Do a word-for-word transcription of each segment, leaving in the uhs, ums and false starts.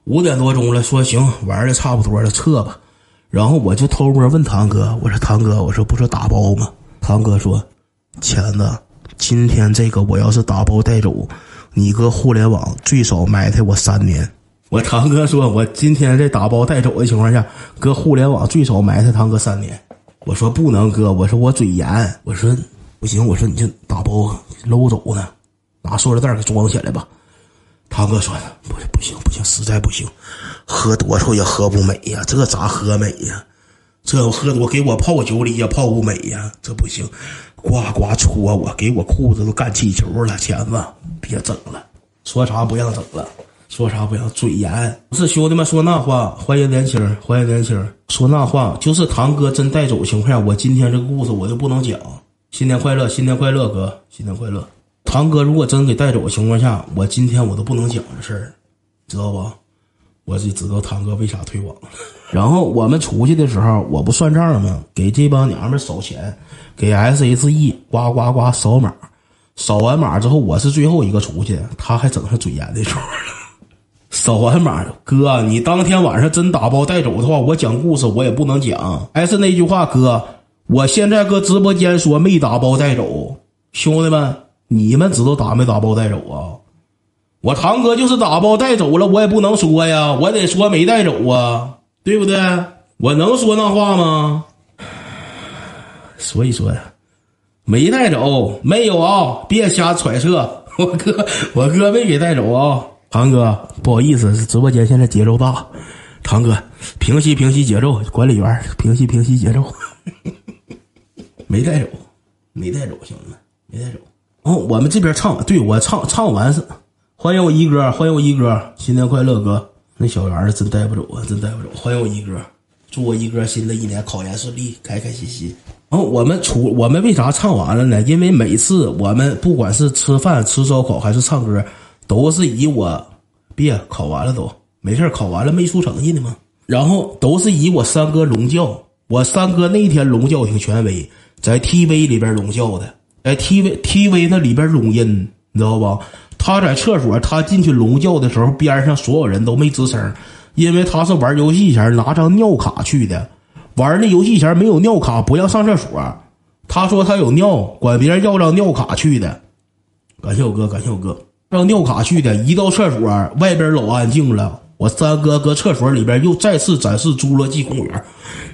五点多钟了，说行，玩的差不多了，撤吧。然后我就偷摸问堂哥，我说堂哥，我说不是打包吗？堂哥说，钱子，今天这个我要是打包带走，你搁互联网最少埋汰我三年。我堂哥说，我今天这打包带走的情况下，搁互联网最少埋汰堂哥三年。我说不能哥，我说我嘴严，我说不行，我说你就打包搂走呢，拿塑料袋给装起来吧。堂哥说不不行不行，实在不行，喝多少也喝不美呀，这咋喝美呀？这我喝多给我泡酒里也泡不美呀，这不行，呱呱戳我，给我裤子都干气球了，钱子别整了，说啥不让整了，说啥不让，嘴严。不是兄弟们说那话，欢迎年轻，欢迎年轻，说那话就是堂哥真带走情况下，我今天这个故事我就不能讲。新年快乐，新年快乐，哥，新年快乐。堂哥如果真给带走的情况下，我今天我都不能讲这事儿，知道吧？我就知道堂哥为啥退网了。然后我们出去的时候，我不算账吗？给这帮娘们扫钱，给 S H E 呱呱呱扫码，扫完码之后，我是最后一个出去，他还整上嘴严的时候。扫完码，哥，你当天晚上真打包带走的话，我讲故事我也不能讲。还是那句话，哥，我现在搁直播间说没打包带走，兄弟们，你们知道打没打包带走啊？我堂哥就是打包带走了，我也不能说呀，我得说没带走啊，对不对？我能说那话吗？所以说呀，没带走，没有啊，别瞎揣测。我哥，我哥没给带走啊。堂哥，不好意思，直播间现在节奏大，堂哥平息平息节奏，管理员平息平息节奏。没带走，没带走，兄弟们，没带走。哦，我们这边唱，对，我唱唱完是。欢迎我一哥，欢迎我一哥，新年快乐哥！那小圆儿真带不走啊，真带不走！欢迎我一哥，祝我一哥新的一年考研顺利，开开心心。然后我们出，我们为啥唱完了呢？因为每次我们不管是吃饭、吃烧烤还是唱歌，都是以我别考完了都没事，考完了没出成绩呢吗？然后都是以我三哥龙教，我三哥那天龙教挺权威，在 T V 里边龙教的，在 T V T V 那里边龙音，你知道吧？他在厕所，他进去龙教的时候，边上所有人都没吱声，因为他是玩游戏前拿张尿卡去的，玩那游戏前没有尿卡不让上厕所。他说他有尿，管别人要张尿卡去的。感谢我哥，感谢我哥，让尿卡去的。一到厕所，外边老安静了，我三哥搁厕所里边又再次展示侏罗纪公园。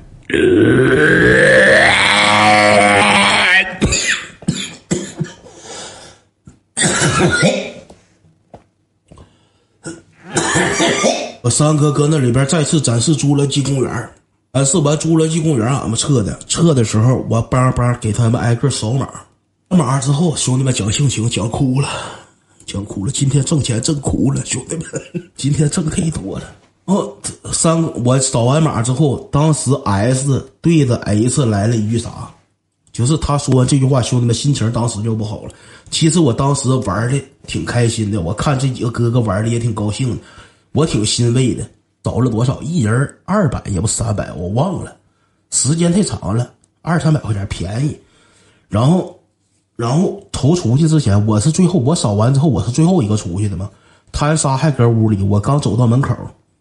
我三哥搁那里边再次展示侏罗纪公园，展示完侏罗纪公园俺们撤的，撤的时候我叭叭给他们挨个扫码，扫码之后兄弟们讲性情讲哭了，讲哭了，今天挣钱挣哭了，兄弟们，今天挣忒多了。哦，三我扫完码之后，当时 S 对着 H 来了一句啥？就是他说完这句话，兄弟们心情当时就不好了。其实我当时玩的挺开心的，我看这几个哥哥玩的也挺高兴的，我挺欣慰的。找了多少？一人二百也不三百，我忘了，时间太长了，二三百块钱便宜。然后，然后头出去之前，我是最后，我扫完之后我是最后一个出去的嘛。他仨还搁屋里，我刚走到门口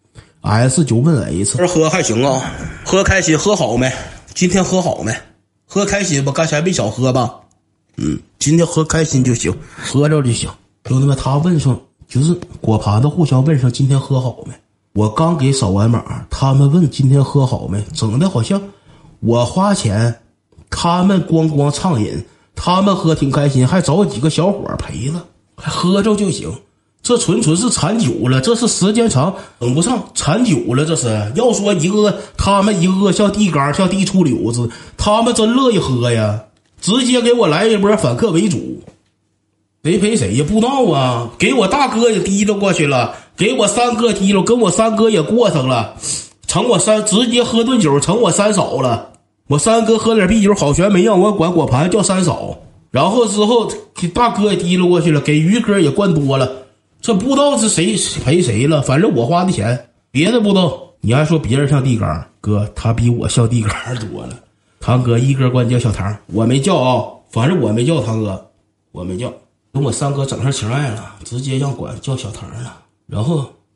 ，S 就问 H， 喝还行啊，喝开心，喝好没？今天喝好没？喝开心吧，刚才没少喝吧？嗯，今天喝开心就行，喝着就行。兄弟们，他问上就是果盘子互相问上今天喝好没？我刚给扫完码，他们问今天喝好没？整的好像我花钱，他们光光畅饮，他们喝挺开心，还找几个小伙陪了，还喝着就行。这纯纯是馋酒了，这是时间长等不上馋酒了，这是要说一个他们一个像地缸像地出溜子，他们真乐意喝呀，直接给我来一波反客为主，谁陪谁呀？不知道啊，给我大哥也提溜过去了，给我三哥提溜，跟我三哥也过上了，成我三直接喝顿酒成我三嫂了。我三哥喝点啤酒好悬没让我管果盘叫三嫂，然后之后给大哥也提溜过去了，给于哥也灌多了。这不知道是谁陪谁了，反正我花的钱，别的不知道。你还说别人像地缸，哥他比我像地缸多了。堂哥一哥管叫小唐，我没叫啊，反正我没叫堂哥，我没叫。跟我三哥整上情爱了，直接让管叫小唐了。然后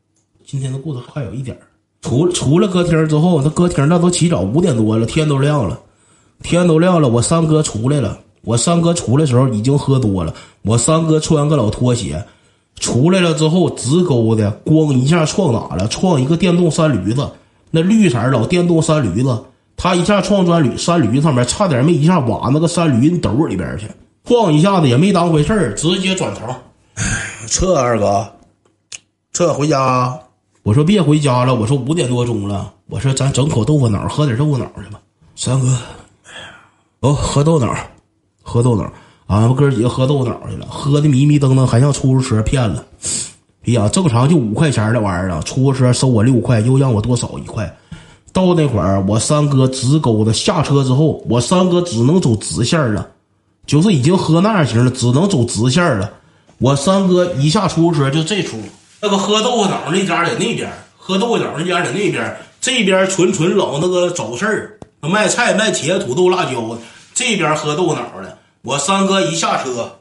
今天的故事还有一点。出出了歌厅之后，那歌厅那都起早五点多了，天都亮了，天都亮了。我三哥出来了，我三哥出来的时候已经喝多了。我三哥穿个老拖鞋出来了之后，直勾的咣一下撞哪了？撞一个电动三驴子，那绿色老电动三驴子，他一下撞砖驴三驴上面，差点没一下挖那个三驴兜里边去。晃一下子也没当回事儿，直接转头。撤二哥，撤回家。我说别回家了，我说五点多钟了，我说咱整口豆腐脑，喝点豆腐脑去吧。三哥，哦，喝豆脑，喝豆脑，俺们哥几个喝豆腐脑去了，喝的迷迷瞪瞪，还让出租车骗了。哎呀，正常就五块钱的玩意儿啊，出租车收我六块，又让我多少一块。到那会儿，我三哥直勾的下车之后，我三哥只能走直线了，就是已经喝那样型了，只能走直线了。我三哥一下出租车就这出。那个喝豆腐脑那家在那边，喝豆腐脑那家在那边，这边纯纯老那个早市儿，卖菜卖茄子土豆辣椒的，这边喝豆腐脑的。我三哥一下车，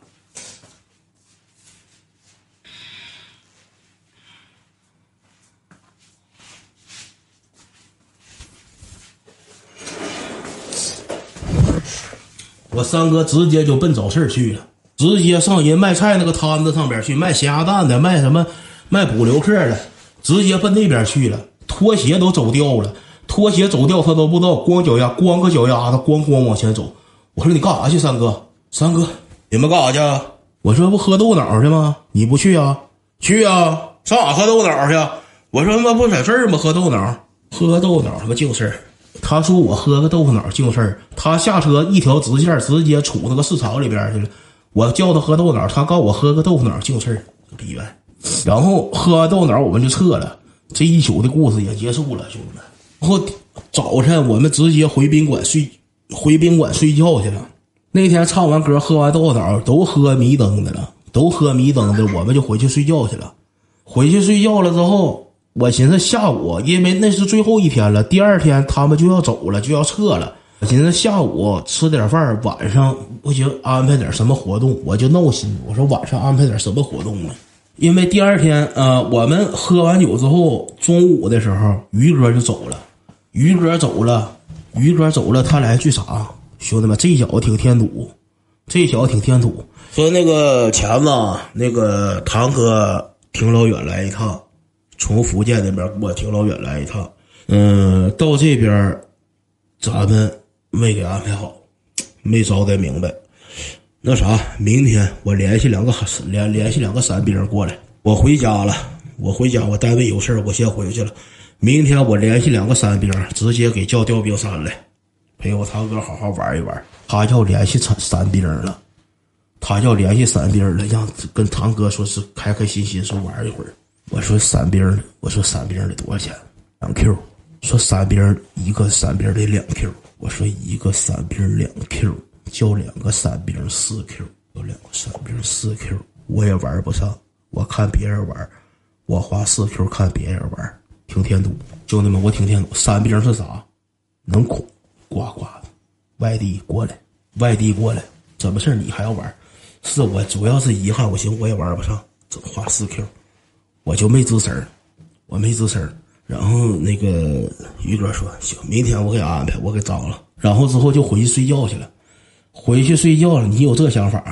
我三哥直接就奔早市去了，直接上人卖菜那个摊子上边去，卖咸鸭蛋的，卖什么卖补流客的，直接奔那边去了。拖鞋都走掉了，拖鞋走掉他都不知道，光脚丫光个脚丫子咣咣往前走。我说你干啥去？三哥三哥你们干啥去？我说不喝豆脑去吗？你不去啊？去啊，上哪喝豆脑去？我说他妈不在这儿吗？喝豆脑喝豆脑他妈净事儿。他说我喝个豆腐脑净事儿，他下车一条直线直接杵那个市场里边去了。我叫他喝豆脑，他告我喝个豆腐脑净事儿，逼呗。然后喝完豆脑我们就撤了，这一宿的故事也结束了，兄弟们。然后早晨我们直接回宾馆睡，回宾馆睡觉去了。那天唱完歌喝完豆腐脑都喝迷瞪的了，都喝迷瞪的，我们就回去睡觉去了。回去睡觉了之后，我寻思下午，因为那是最后一天了，第二天他们就要走了，就要撤了。我寻思下午吃点饭，晚上我就安排点什么活动，我就闹心，我说晚上安排点什么活动呢？因为第二天呃，我们喝完酒之后，中午的时候于哥就走了，于哥走了，于哥走了，他来句啥？兄弟们，这小子挺添堵，这小子挺添堵。说那个前子，那个堂哥挺老远来一趟，从福建那边过挺老远来一趟，嗯、呃，到这边咱们没给安排好，没招待明白。那啥，明天我联系两个联联系两个伞兵过来，我回家了，我回家，我单位有事我先回去了。明天我联系两个伞兵，直接给叫调兵山来，陪我堂哥好好玩一玩。他要联系伞兵了，他要联系伞兵了，让跟堂哥说是开开心心说玩一会儿。我说伞兵，我说伞兵得多少钱？两 Q。说伞兵一个伞兵得两 Q。我说一个伞兵两 Q。叫两个伞兵四 Q， 有两个伞兵四 Q， 我也玩不上。我看别人玩，我花四 Q 看别人玩，挺添堵。兄弟们，我挺添堵。伞兵是啥？能垮呱呱的，外地过来，外地过来，怎么事你还要玩？是我主要是遗憾，我寻我也玩不上，整花四 Q， 我就没吱声，我没吱声。然后那个于哥说行，明天我给安排，我给张了。然后之后就回去睡觉去了。回去睡觉了，你有这想法？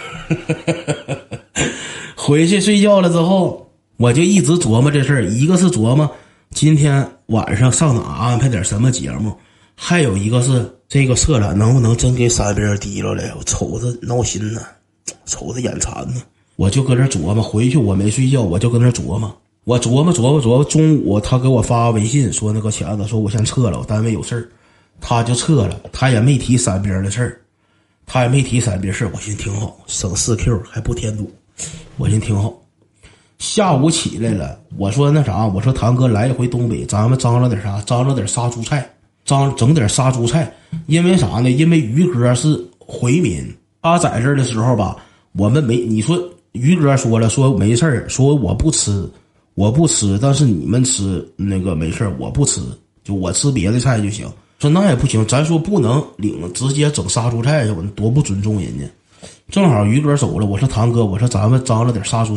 回去睡觉了之后，我就一直琢磨这事儿。一个是琢磨今天晚上上哪安排点什么节目，还有一个是这个色懒能不能真给三边提了来？我瞅着闹心呢，瞅着眼馋呢。我就搁这琢磨，回去我没睡觉，我就搁这琢磨。我琢磨琢磨琢磨，中午他给我发微信说那个钱子，说我先撤了，我单位有事儿，他就撤了，他也没提三边的事儿。他也没提伞兵事，我寻思挺好，省四 Q 还不添堵，我寻思挺好。下午起来了，我说那啥，我说堂哥来一回东北，咱们张罗点啥？张罗点杀猪菜，张整点杀猪菜。因为啥呢？因为于哥是回民，他在这儿的时候吧，我们没你说于哥说了，说没事儿，说我不吃，我不吃，但是你们吃那个没事儿，我不吃，就我吃别的菜就行。说那也不行，咱说不能领直接整杀猪菜去，多不尊重人家。正好于哥走了，我说堂哥，我说咱们张罗点杀猪菜，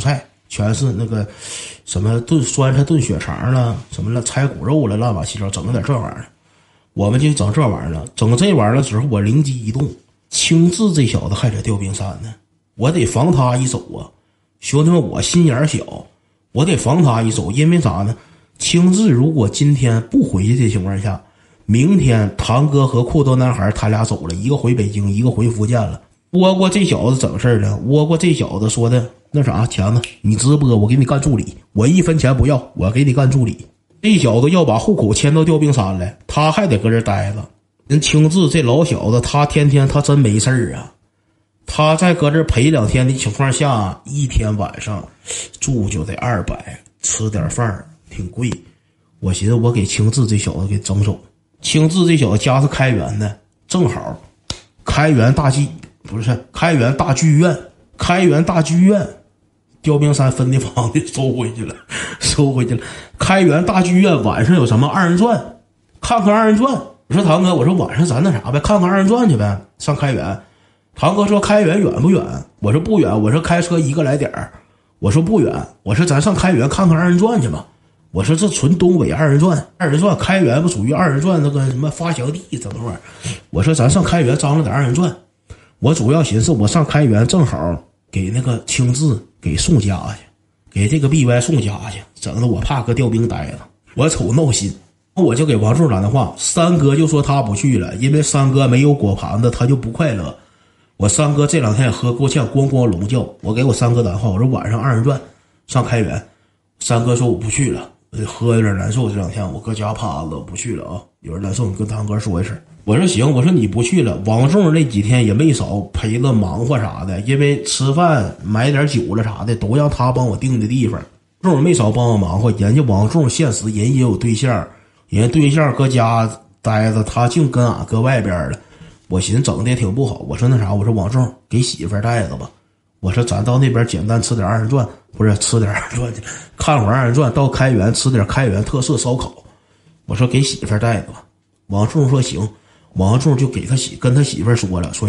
全是那个什么炖酸菜炖血肠了，什么了拆骨肉了，乱八七糟整了点这玩意儿。我们就整这玩意儿了，整这玩意儿了之后，我灵机一动，青志这小子还在吊冰山呢，我得防他一手啊！兄弟们，我心眼小，我得防他一手，因为啥呢？青志如果今天不回去的情况下，明天堂哥和裤兜男孩他俩走了，一个回北京，一个回福建了。倭瓜这小子整事儿了，倭瓜这小子说的那啥，强子，你直播我给你干助理，我一分钱不要，我给你干助理。这小子要把户口迁到吊冰山来，他还得搁这待着。人青志这老小子，他天天他真没事儿啊。他在搁这陪两天的情况下，一天晚上住就得二百，吃点饭挺贵。我寻思我给青志这小子给整走。青志这小子家是开元的，正好开元大剧不是开元大剧院，开元大剧院。吊冰山分的房子收回去了，收回去了。开元大剧院晚上有什么二人转，看看二人转。我说堂哥，我说晚上咱那啥呗，看看二人转去呗，上开元。堂哥说开元远不远？我说不远，我说开车一个来点儿。我说不远，我说咱上开元看看二人转去吧。我说这纯东北二人转，二人转开元不属于二人转那个什么发祥地整块儿。我说咱上开元张罗点二人转。我主要寻思我上开元正好给那个青志给送家去，给这个 B Y 送家去，整的我怕搁吊冰待着，我瞅闹心。我就给王柱打电话，三哥就说他不去了，因为三哥没有果盘子，他就不快乐。我三哥这两天也喝够呛，咣咣龙叫。我给我三哥打电话，我说晚上二人转上开元。三哥说我不去了，喝有点难受，这两天我搁家趴着，我不去了啊，有点难受，你跟堂哥说一声。我说行，我说你不去了。王仲那几天也没少陪着忙活啥的，因为吃饭买点酒了啥的都让他帮我订的地方。仲没少帮我忙活，人家王仲现实人也有对象，人家对象搁家待着，他净跟俺搁外边了。我寻思整的也挺不好，我说那啥，我说王仲给媳妇带着吧。我说咱到那边简单吃点二人转，不是吃点二人转去，看会儿二人转，到开元吃点开元特色烧烤。我说给媳妇带着吧。王仲说行。王仲就给他媳跟他媳妇说了，说